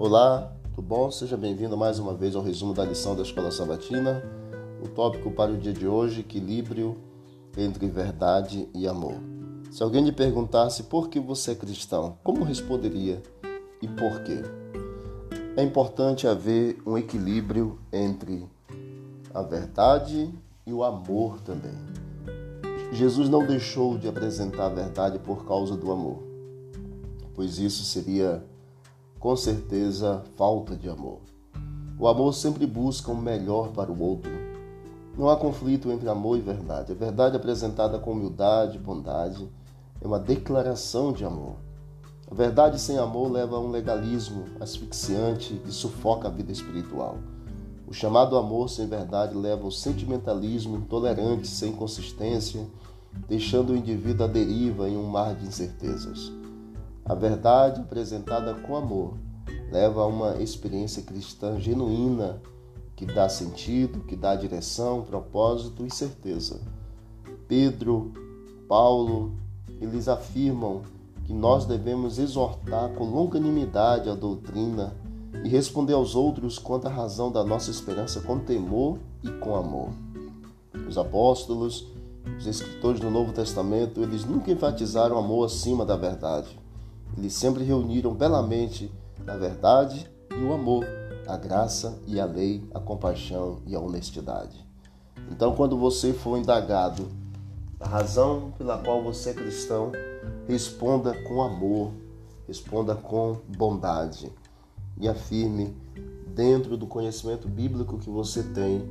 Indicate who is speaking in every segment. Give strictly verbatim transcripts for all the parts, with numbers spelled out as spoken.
Speaker 1: Olá, tudo bom? Seja bem-vindo mais uma vez ao resumo da lição da Escola Sabatina. O tópico para o dia de hoje: equilíbrio entre verdade e amor. Se alguém lhe perguntasse por que você é cristão, como responderia e por quê? É importante haver um equilíbrio entre a verdade e o amor também. Jesus não deixou de apresentar a verdade por causa do amor, pois isso seria, com certeza, falta de amor. O amor sempre busca o melhor para o outro. Não há conflito entre amor e verdade. A verdade apresentada com humildade e bondade é uma declaração de amor. A verdade sem amor leva a um legalismo asfixiante que sufoca a vida espiritual. O chamado amor sem verdade leva ao sentimentalismo intolerante sem consistência, deixando o indivíduo à deriva em um mar de incertezas. A verdade apresentada com amor leva a uma experiência cristã genuína que dá sentido, que dá direção, propósito e certeza. Pedro, Paulo, eles afirmam que nós devemos exortar com longanimidade a doutrina e responder aos outros quanto à razão da nossa esperança com temor e com amor. Os apóstolos, os escritores do Novo Testamento, eles nunca enfatizaram o amor acima da verdade. Eles sempre reuniram belamente a verdade e o amor, a graça e a lei, a compaixão e a honestidade. Então, quando você for indagado a razão pela qual você é cristão, responda com amor, responda com bondade e afirme, dentro do conhecimento bíblico que você tem,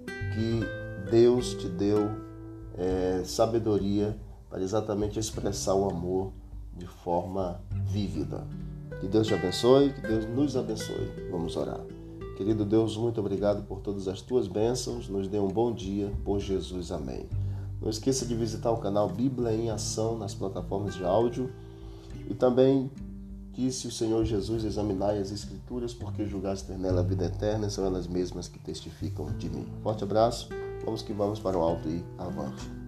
Speaker 1: que Deus te deu é, sabedoria para exatamente expressar o amor de forma vívida. Que Deus te abençoe, que Deus nos abençoe. Vamos orar. Querido Deus, muito obrigado por todas as tuas bênçãos. Nos dê um bom dia, por Jesus. Amém. Não esqueça de visitar o canal Bíblia em Ação nas plataformas de áudio. E também disse o Senhor Jesus: examinai as Escrituras, porque julgaste ter nela a vida eterna, e são elas mesmas que testificam de mim. Forte abraço, vamos que vamos para o alto e avante.